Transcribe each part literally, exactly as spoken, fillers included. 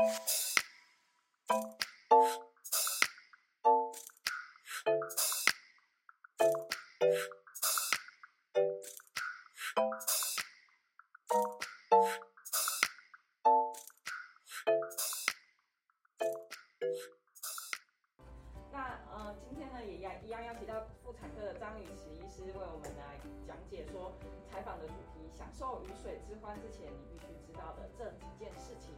那呃，今天呢也一样要提到妇产科的张雨慈医师为我们来讲解说采访的主题：享受鱼水之欢之前，你必须知道的这几件事情。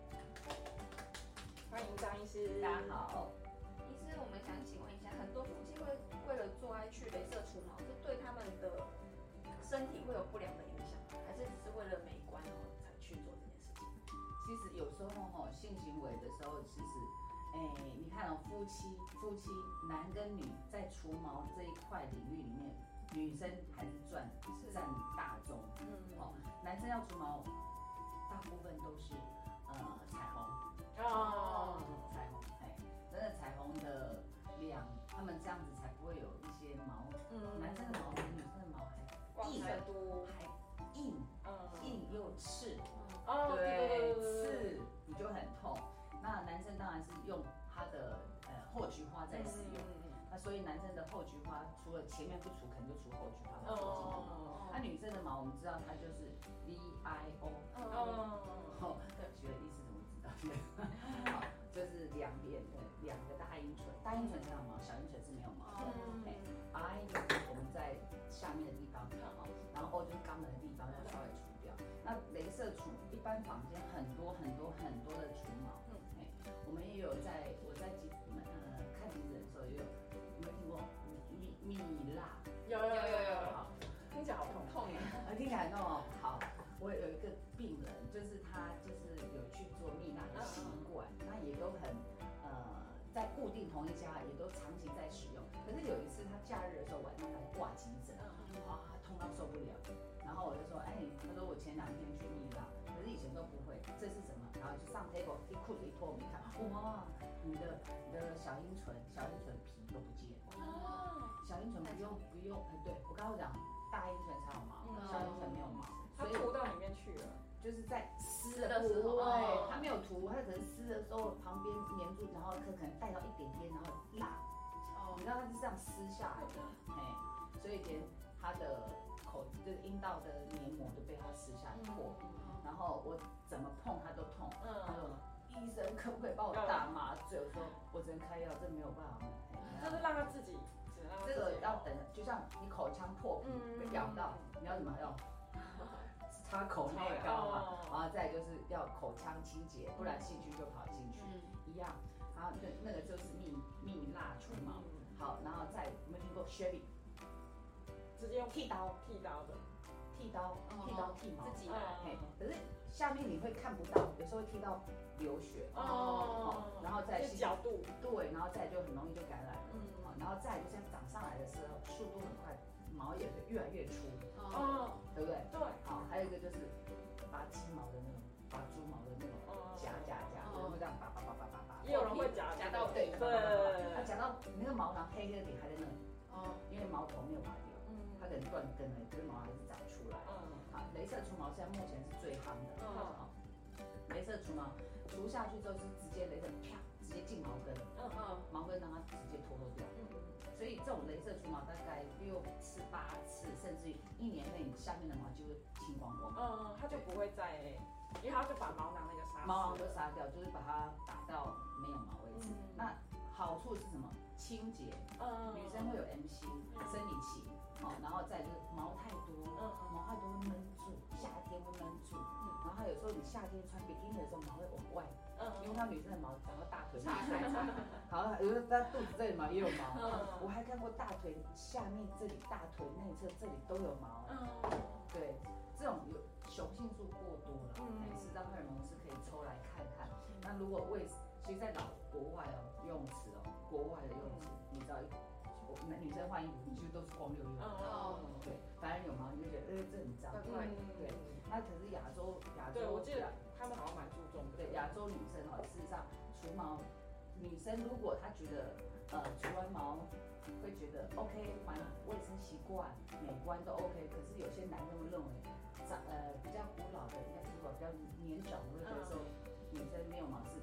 欢迎张医师。 大家好。 医师，我们想请问一下，很多夫妻会为了做爱去雷射除毛，这对他们的身体会有不良的影响吗？还是只是为了美观哦才去做这件事情？ 其实有时候哈、哦，性行为的时候，其实，哎，你看哦，夫妻夫妻男跟女在除毛这一块领域里面，女生还是占占大宗。嗯，好、哦，男生要除毛，大部分都是呃彩虹。哦，彩虹，哎，真的彩虹的量，他们这样子才不会有一些毛。嗯，男生的毛比女生的毛还硬还多， 还硬，嗯，硬又刺。 哦， 对，刺你就很痛。那男生当然是用他的呃后菊花在使用。嗯、那所以男生的后菊花除了前面不除，可能就除后菊花的后茎毛。那、哦、女生的毛我们知道它就是 V I O。哦。哦，学了医师怎么知道的？好，就是两边的两个大阴唇，大阴唇是有毛，小阴唇是没有毛的。嗯。I 就是我们在下面的地方，然后 O 就是肛门的地方要稍微除掉。那雷射除一般房间很多很多很多的除毛。嗯。我们也有在我在急呃看急诊的时候也有，有没有听过蜜蜜蜡？ 有有有有有。好，听起来好痛痛耶！ 啊，听起来痛哦。好，我有一个病人，就是他就是有去做蜜蜡的习惯，那也都很呃在固定同一家，也都长期在使用。可是有一次他假日的时候晚上来挂急诊，啊，痛到受不了。然后我就说，哎，他说我前两天去蜜蜡，可是以前都不会，这是什么？然后就上 table 一裤子一脱，我们一看，哇，你的你的小阴唇小阴唇皮都不见了。小阴唇不用不用，哎，对我刚刚讲大阴唇才有毛，小阴唇没有毛， 它涂到里面去了。 就是在湿的部位，它没有涂，它可能湿的时候旁边黏住，然后可能带到一点点，然后蜡，你知道它是这样撕下来的，嘿，所以连它的口就是阴道的黏膜都被它撕下来破，然后我怎么碰它都痛，他说医生可不可以帮我打麻醉？我说我只能开药，这没有办法。 就是让他自己， 这个要等，就像你口腔破皮被咬到，你要怎么用？擦口内膏嘛，然后再就是要口腔清洁，不然细菌就跑进去，一样。然后那那个就是蜜蜜蜡除毛，好，然后再有没有听过 shaving？ 直接用剃刀剃刀的。 剃刀，剃刀剃毛， 自己来。 嘿，可是下面你会看不到，有时候会剃到流血哦，然后再角度， 对，然后再就很容易就感染了，嗯，然后再就是长上来的时候速度很快，毛也会越来越粗，哦，对不对？ 对， 好，还有一个就是拔鸡毛的那种，拔猪毛的那种夹夹夹，就是会这样拔拔拔拔拔拔， 也有人会夹夹到对对， 它夹到你那个毛囊黑黑的点还在那里，哦，因为毛头没有拔掉。它可能断根了，可是毛还是长出来。嗯，好，雷射除毛现在目前是最夯的。嗯，好，雷射除毛除下去之后是直接雷射啪，直接进毛根。嗯嗯，毛根让它直接脱落掉。嗯，所以这种雷射除毛大概六次八次，甚至于一年内你下面的毛就会清光光。嗯， 它就不会再，因为它就把毛囊那个杀。 毛囊都杀掉，就是把它打到没有毛为止。嗯、那好处是什么？清洁。嗯，女生会有 M C 生理期。好，然后再就是毛太多，嗯，毛太多会闷住，夏天会闷住，嗯，然后有时候你夏天穿比基尼的时候毛会往外，嗯，因为它女生的毛长到大腿那里，好，有的在肚子这里毛也有毛，嗯，我还看过大腿下面这里、大腿内侧这里都有毛，嗯，对，这种有雄性素过多了，嗯，适当荷尔蒙是可以抽来看看。那如果为其实，在老国外哦，游泳池哦，国外的游泳池，你知道。男女生换衣服，其实都是光溜溜的。哦，对，反正有毛你就觉得，呃，这很脏。对，对。那可是亚洲，亚洲， 对，我记得他们好像蛮注重的。 对，亚洲女生哦，事实上除毛，女生如果她觉得，呃，除完毛会觉得 OK， 蛮卫生习惯、美观都 OK， 可是有些男生会认为，长呃比较古老的，应该是说比较年长的会觉得说，女生没有毛是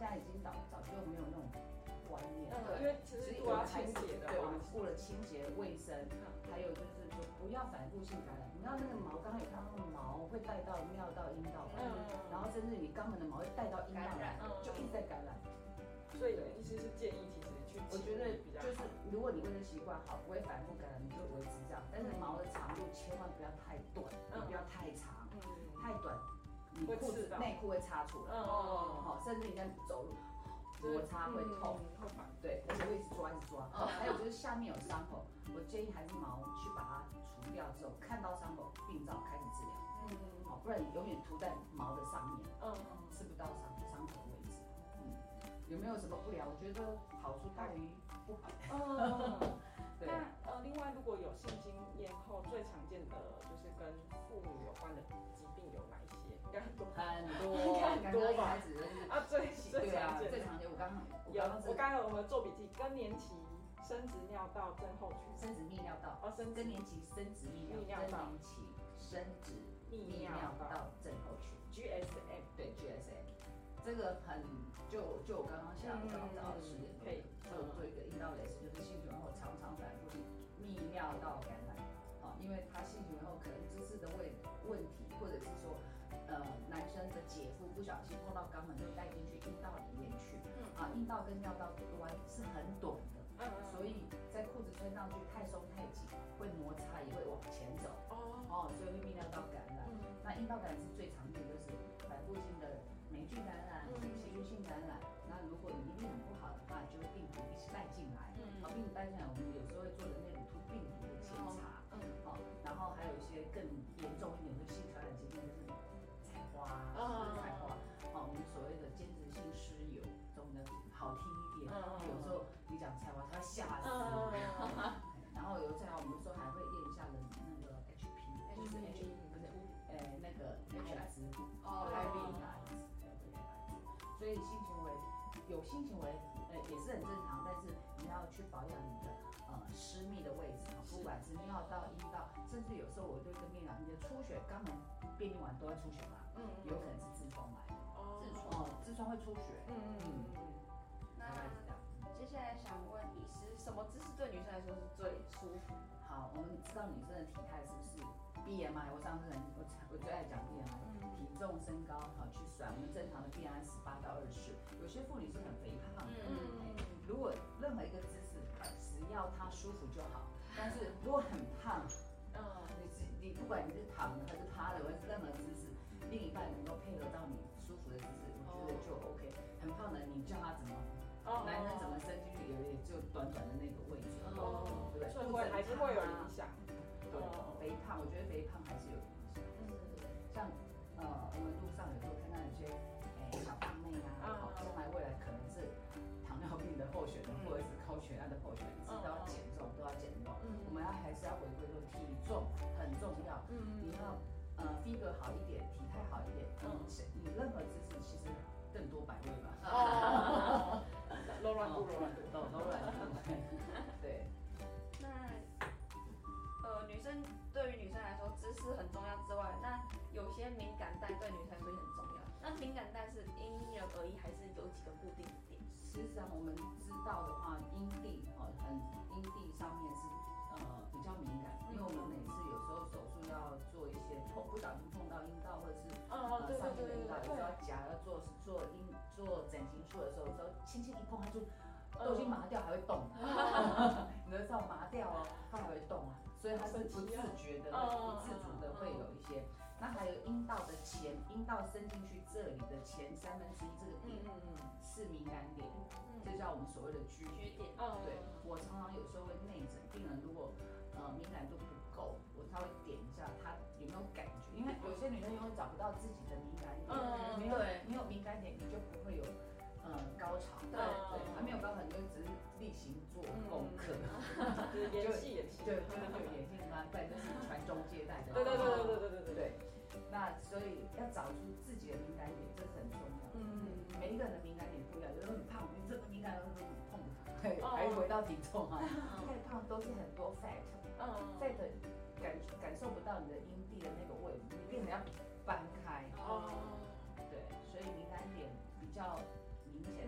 现在已经早早就没有那种观念， 对，因为其实如果要清洁的话， 对，我们顾了清洁卫生，还有就是说不要反复性感染。你知道那个毛，刚刚有看到那个毛会带到尿道、阴道，嗯，然后甚至你肛门的毛会带到阴道来，就一直在感染。 所以医师是建议其实去， 我觉得就是如果你卫生习惯好，不会反复感染，你就维持这样。但是毛的长度千万不要太短，也不要太长，太短。你裤子内裤会擦出来，哦，好，甚至你在走路摩擦会痛，会烦，对，而且会一直抓一直抓。还有就是下面有伤口，我建议还是毛去把它除掉之后，看到伤口病灶开始治疗，嗯，好，不然你永远涂在毛的上面，嗯，吃不到伤伤口的位置，嗯，有没有什么不良？我觉得好处大于不好。嗯， 对。那呃，另外如果有性经验后，最常见的就是跟妇女有关的疾病有哪一些？应该很多， 很多， 很多吧？啊，最最常见，最常见。我刚刚有，我刚刚有我们做笔记，更年期生殖尿道症候群， 生殖泌尿道，哦，生更年期生殖泌尿道，更年期生殖泌尿道症候群 ，G S M， 对 G S M， 这个很就就我刚刚下午刚刚找的实验，可以做做一个阴道蕾丝，就是性行为后常常反复泌尿道感染，啊，因为他性行为后可能姿势的问问题，或者是说。呃，男生的姐夫不小心碰到肛门就带进去阴道里面去，嗯啊，阴道跟尿道端是很短的，嗯，所以在裤子穿上去太松太紧，会摩擦也会往前走，哦哦，所以会泌尿道感染。嗯、那阴道感染是最常见，就是反复性的霉菌感染、细菌性感染。那如果你一定很不好的话，就会病毒一起带进来，嗯，啊，病毒带进来，我们有时候会做人类乳突病毒的检查，嗯，好，然后还有一些更严重一点的性传染疾病，就是。花，是菜花，哦，我们所谓的间质性湿疣，中的好听一点，有时候你讲菜花，他会吓死。然后有再来，我们说还会验一下人那个 H P， 就是 H 不是，呃，那个 H 癌斯，哦 ，H I V 癌，所以性行为有性行为，呃，也是很正常，但是你要去保养你的呃私密的位置，不管是尿道、阴道，甚至有时候我就跟病人讲，你的出血肛门便利完都会出血嘛。嗯，有可能是痔疮来的，痔疮，痔疮会出血。嗯嗯嗯。 那接下来想问医师，什么姿势对女生来说是最舒服？ 好，我们知道女生的体态是不是 B M I？ 我上次很我我最爱讲 B M I，、嗯、体重、身高好去算。我们正常的 B M I 十八到二十，有些妇女是很肥胖的。嗯。如果任何一个姿势，只要她舒服就好。但是如果很胖，嗯，你你不管你是躺的还是趴的，还是任何姿势。另一半能够配合到你舒服的姿势，我觉得就 OK。很胖的你叫他怎么，男生怎么伸进去，也就短短的那个位置，对不对？ 所以会还是会有影响。 对，肥胖，我觉得肥胖还是有影响。像呃，我们路上有时候看到有些诶小胖妹啊，将来未来可能是糖尿病的候选人，或者是高血压的候选人，是都要减重，都要减重。我们要还是要回归说体重很重要。嗯，你要。呃 figure 好一点，体态好一点，嗯，你任何姿势其实更多百味吧。 哦，柔软度，柔软度， 柔软度，对。 那呃，女生对于女生来说，姿势很重要之外，那有些敏感带对女生来说也很重要。那敏感带是因人而异，还是有几个固定的点？ 事实上，我们知道的话，阴蒂哦，很阴蒂上面是呃比较敏感，因为我们每次有时候手术要做一些碰不小心碰到阴道或者是呃上面的阴道，有时候夹要做做阴做整形术的时候，有时候轻轻一碰它就都已经麻掉还会动，你的知道麻掉哦，它还会动啊，所以它是不自觉的、不自主的会有一些。那还有阴道的前，阴道伸进去这里的前三分之一这个点是敏感点，这叫我们所谓的 G 点。对，我常常有时候会内诊病人，如果呃敏感度不够，我稍微点一下，他有没有感觉？因为有些女生永远找不到自己的敏感点，没有没有敏感点，你就不会有呃高潮。对对，还没有高潮，你就只是例行做功课， 就是演戏演戏。 对对对，演戏嘛，不然就是传宗接代的。 对对对对对对对对。 那所以要找出自己的敏感点，这是很重要。嗯，每一个人的敏感点不一样，有人很胖，你这个敏感都是碰的。对，还回到体重啊，太胖都是很多 fat， 嗯 ，fat 感感受不到你的阴蒂的那个位置，你变成要搬开。哦，对，所以敏感点比较明显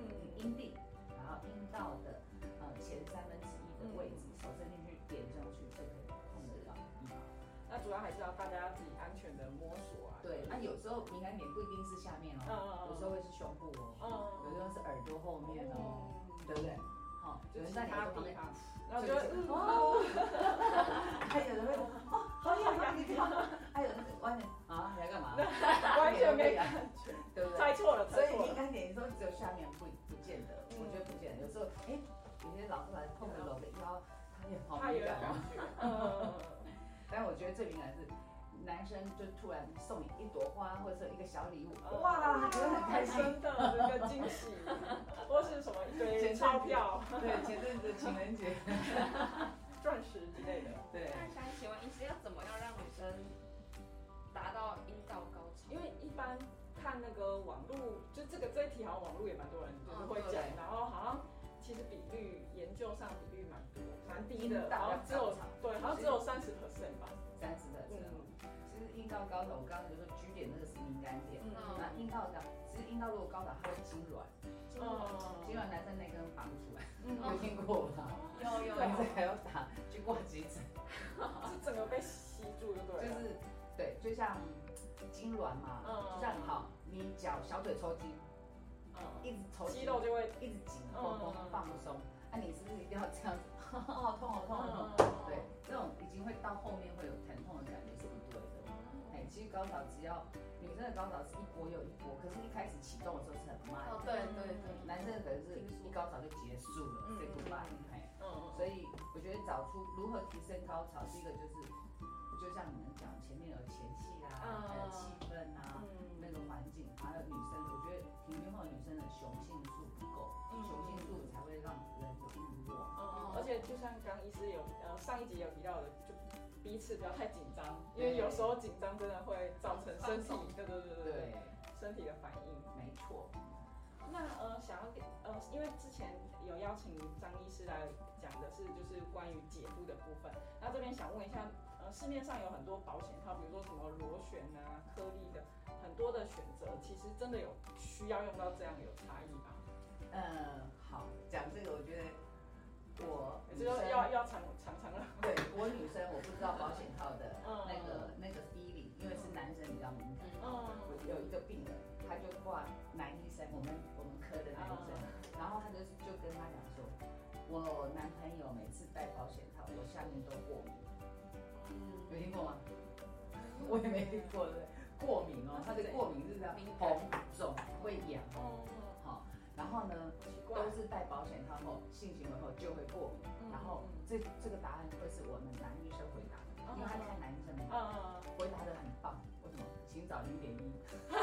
道的呃前三分之一的位置，手伸进去点进去就可以碰得到阴毛。 那主要还是要大家要自己安全的摸索啊。 对，那、啊、有时候敏感点不一定是下面哦，嗯、有时候会是胸部哦，嗯、有时候是耳朵后面哦，嗯、对不对？好、哦，有人在你耳朵旁边， 然后就哦，还有人会哦，好痒啊，你看，还有人完全啊，你在干嘛？ 完全没感觉， 对不对？ 猜错了， 所以敏感点，你说只有下面不不见得，嗯、我觉得不见得，有时候哎，有些老师来碰个揉个腰，他也好敏感哦。但我觉得最敏感是。男生就突然送你一朵花，或者是一个小礼物，哇，觉得很开心， 真的，一个惊喜，或是什么一堆钞票， 对，前阵子情人节， 钻石之类的， 对。 那想请问医师要怎么样让女生达到阴道高潮？ 因为一般看那个网络，就这个这一题好像网络也蛮多人就是会讲，然后好像其实比率研究上比率蛮多，蛮低的，好像只有对，好像只有三十 percent 吧， 三十 percent。其实阴道高潮，我刚刚就说 G 点那个是敏感点，嗯、那阴道高，其实阴道如果高潮，它会痉挛，痉挛，痉挛男生那根拔不出来，嗯、有听过吗？ 有有， 男生还要打去挂急诊， 是整个被吸住就对了， 就是对，就像痉挛嘛，嗯、就像好，你脚小腿抽筋，嗯、一直抽筋， 肌肉就会一直紧，绷绷放不松，那、啊、你是不是一定要这样子？好痛好痛好痛！对，这种已经会到后面会有疼痛的感觉是不对的。哎，其实高潮只要女生的高潮是一波又一波，可是一开始启动的时候是很慢。 哦，对对对。 男生可能是一高潮就结束了 ，say goodbye。哎，所以我觉得找出如何提升高潮，第一个就是就像你们讲，前面有前戏啦，还有气氛啊，那个环境，还有女生，我觉得平均后女生的雄性素不够，雄性素才会让人有欲望。 而且就像刚医师有呃上一集有提到的，就彼此不要太紧张，因为有时候紧张真的会造成身体，对对对对对，身体的反应。 没错。 那呃想要呃，因为之前有邀请张医师来讲的是就是关于姐夫的部分，那这边想问一下，呃市面上有很多保险套，比如说什么螺旋啊、颗粒的，很多的选择，其实真的有需要用到这样有差异吗？ 呃，好，讲这个我觉得。我这个要要常常常了。 对，我女生我不知道保险套的那个、嗯、那个 feeling， 因为是男生比较敏感。嗯。我有一个病人，他就挂男医生，我们我们科的男医生，嗯、然后他就就跟他讲说，我男朋友每次戴保险套，我下面都过敏。嗯。有听过吗？我也没听过，对不对？过敏哦，他的过敏是这样，红肿会痒哦。好，然后呢？都是戴保险套后，性行为后就会过敏，嗯、然后这这个答案会是我们男医生回答的，嗯、因为他看男医生的，嗯、回答的很棒。为什么？请找零点一。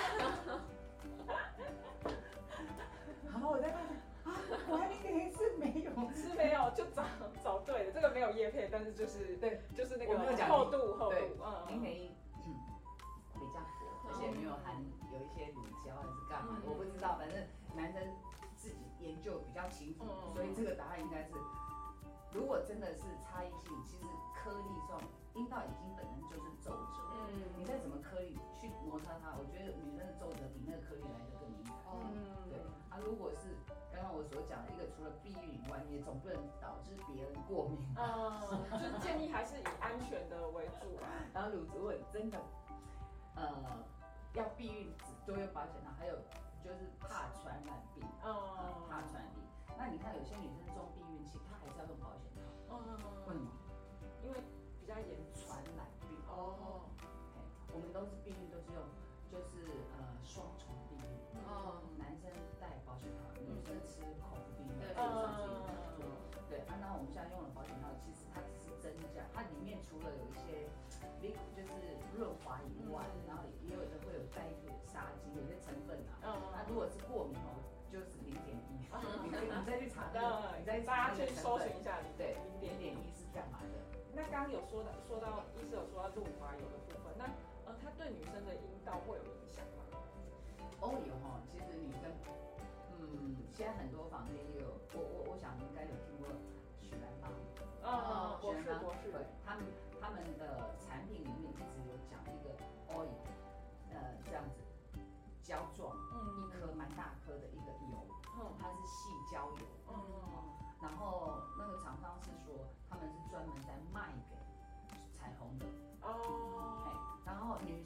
然后我在看啊，我还零点一是没有， 是没有，就找找对了，这个没有业配，但是就是对，就是那个厚度厚度， 嗯，零点一，嗯，比较薄，而且没有含有一些乳胶还是干嘛的，我不知道，反正男生。自己研究比较清楚，嗯、所以这个答案应该是，如果真的是差异性，其实颗粒状阴道已经本身就是皱褶，嗯，你再怎么颗粒去摩擦它，我觉得女生的皱褶比那个颗粒来的更敏感，嗯，对。啊，如果是刚刚我所讲的一个，除了避孕以外，你也总不能导致别人过敏， 嗯，就建议还是以安全的为主啊。 然后乳如果真的，呃，要避孕都用保险套，还有。就是怕传染病，嗯，怕传染病。那你看有些女生装避孕器，她还是要用保险套，嗯，为什么？ 因为比较严传染病。哦，哎，我们都是避孕都是用，就是呃双重避孕，哦，男生戴保险套，女生吃口服避孕，对，嗯，对，啊，那我们现在用的保险套，其实它只是增加，它里面除了有一些。就是润滑以外，嗯、然后也有的会有带一些杀精，有些成分啊。嗯、那如果是过敏哦，就是零点一。你你再去查，你再大家去搜寻一下， 对，零点一是干嘛的？ 那刚刚有说到说到医师有说到润滑油的部分，那呃，它对女生的阴道会有影响吗？ 哦，有哈，其实女生，嗯，现在很多房间也有，我我我想应该有听过许兰芳。 哦，博士博士， 对，他们他们的产品里面一直有讲一个 oil， 呃，这样子胶状，嗯，一颗蛮大颗的一个油，嗯，它是细胶油，嗯，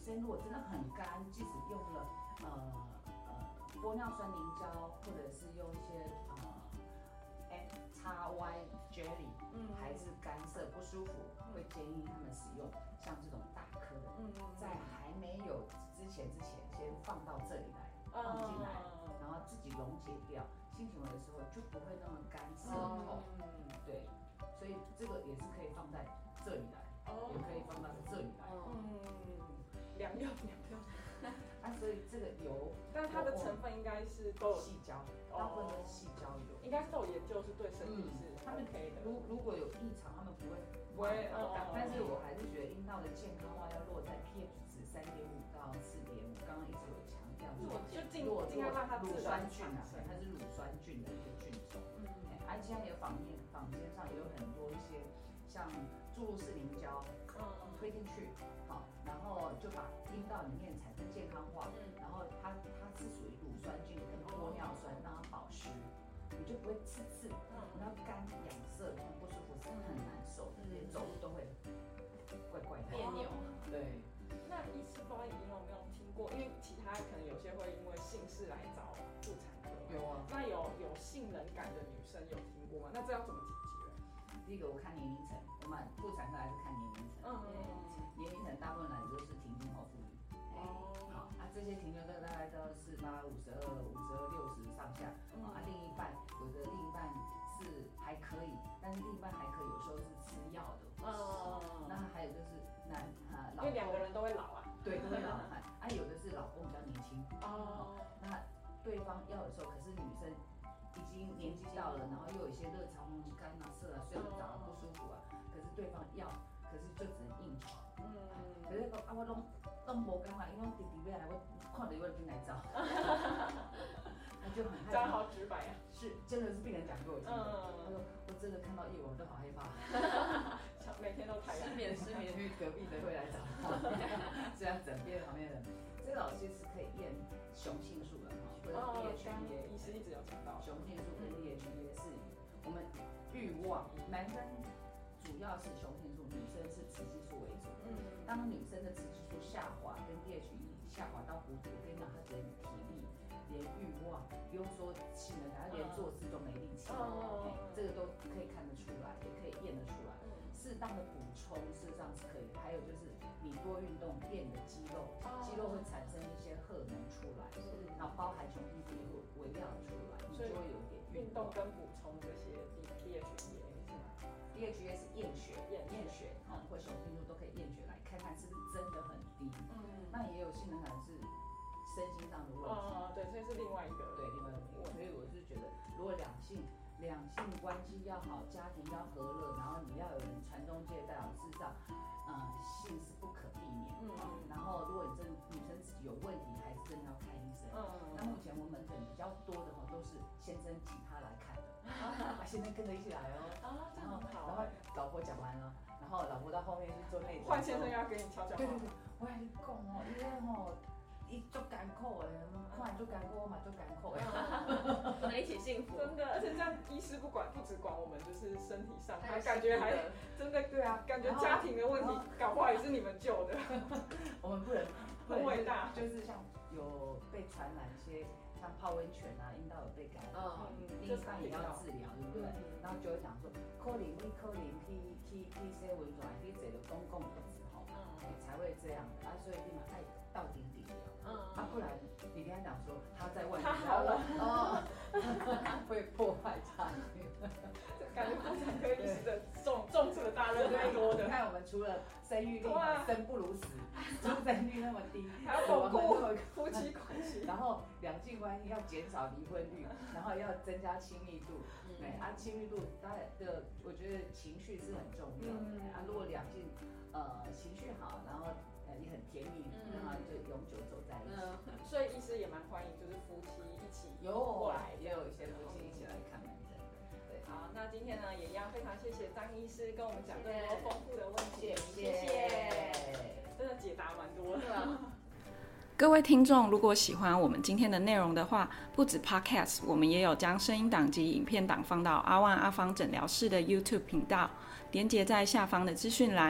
生如果真的很干，即使用了呃呃玻尿酸凝胶，或者是用一些呃 X Y Jelly， 嗯，还是干涩不舒服，会建议他们使用像这种大颗的，嗯，在还没有之前之前，先放到这里来，放进来，然后自己溶解掉，性行为的时候就不会那么干涩痛，嗯，对，所以这个也是可以放在这里来，也可以放到这里来，嗯， 两用两用。 啊，所以这个油， 但是它的成分应该是都有细胶，大部分都是细胶油， 应该是都有研究是对身体是 OK 的。 如如果有异常，他们不会不会呃，但是我还是觉得阴道的健康化要落在 pH 值三点五到四点五，刚刚一直有强调， 就尽尽量让它乳酸菌啊，它是乳酸菌的一个菌种，嗯，而且现在有坊间坊间上也有很多一些像注入式凝胶，嗯，推进去。好，然后就把阴道里面产生健康化，嗯，然后它它是属于乳酸菌跟玻尿酸，让它保湿，你就不会刺刺，嗯，然后干痒涩痛不舒服是很难受的，连走路都会怪怪的别扭。 对。 那医师不知道你有没有听过，因为其他可能有些会因为姓氏来找妇产科， 有啊。 那有有性冷感的女生有听过吗？那这要怎么解决？ 第一个我看年龄层，我们妇产科还是看年龄层，嗯，年龄层大部分来都是停经后妇女，哦，好，啊这些停经的大概都四八、五十二、五十二、六十上下，啊另一半有的另一半是还可以，但是另一半还可以，有时候是吃药的，哦，那还有就是男啊， 因为两个人都会老啊， 对，都会老啊，啊有的是老公比较年轻，哦，那对方要的时候，可是女生已经年纪到了，然后又有一些热潮干啊、涩啊、睡不着、不舒服啊，可是对方要，可是就只能硬闯。嗯，可是讲啊，我拢拢无讲啊，因为弟弟要来，我看到我就进来找，他就很害怕。 这样好直白啊！ 是，真的是病人讲给我听的。他说我真的看到夜晚我都好害怕， 每天都太失眠失眠， 因为隔壁的会来找他，这样枕边旁边的人，这个老师是可以验雄性素的哈，或者 D H E A， 医师一直有讲到， 雄性素跟 D H E A 是我们欲望，男生主要是雄性素，女生是雌激素为主。嗯，当女生的雌激素下滑，跟 D H E 下滑到谷底，我跟你讲，她连体力、连欲望，不用说性能感，她连做事都没力气。哦，这个都可以看得出来，也可以验得出来。适当的补充，事实上是可以。还有就是你多运动，练你的肌肉，肌肉会产生一些荷尔蒙出来，然后包含雄性素也会微量出来，你就会有一点运动跟补充这些 D H E A 是吗 ？D H E A 是验血，验验血啊，或雄性素都可以验血来看看是不是真的很低。嗯，那也有性能感是身心上的问题。 哦，对，所以是另外一个， 对，另外一个。所以我是觉得，如果两性两性关系要好，家庭要和乐，然后你要有人传宗接代，事实上，嗯，性是不可避免。嗯，然后如果你真女生自己有问题，还是真的要看医生。嗯，那目前我们诊比较多的哈，都是先生请他来看的，啊，先生跟着一起来哦。啊，然后然后老婆讲完了，然后老婆到后面去做内诊， 换先生要跟你悄悄话。 对对对，我跟你讲哦，因为吼。伊足艰苦的，看足艰苦，我嘛足艰苦的， 我们一起幸福。 真的，而且这样医师不管，不只管我们，就是身体上，还感觉还真的对啊，感觉家庭的问题，搞不好也是你们救的。 我们不能很伟大， 就是像有被传染一些，像泡温泉啊，阴道有被感染，另一半也要治疗，对不对？然后就会讲说，可能你可能去去去洗温泉，去坐到公共的时候，才会这样的啊，所以你嘛爱到顶顶。嗯，啊，不然你跟他讲说他在外面， 他好了， 哦，会破坏家庭。 感觉妇产科医师的重重视的大任太多的。 你看我们除了生育率生不如死，出生率那么低， 还要巩固夫妻关系， 然后两性关系要减少离婚率，然后要增加亲密度。对啊，亲密度当然的，我觉得情绪是很重要的。啊，如果两性呃情绪好，然后。也很甜蜜，然后就永久走在一起。 嗯，所以医师也蛮欢迎，就是夫妻一起过来，也有一些夫妻一起来看门诊。 对，好，那今天呢也一样非常谢谢张医师跟我们讲这么多丰富的问题， 谢谢， 真的解答蛮多的。 各位听众，如果喜欢我们今天的内容的话，不止 Podcast， 我们也有将声音档及影片档放到阿万阿芳诊疗室的 YouTube 频道，连结在下方的资讯栏。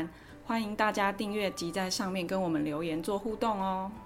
欢迎大家订阅及在上面跟我们留言做互动哦。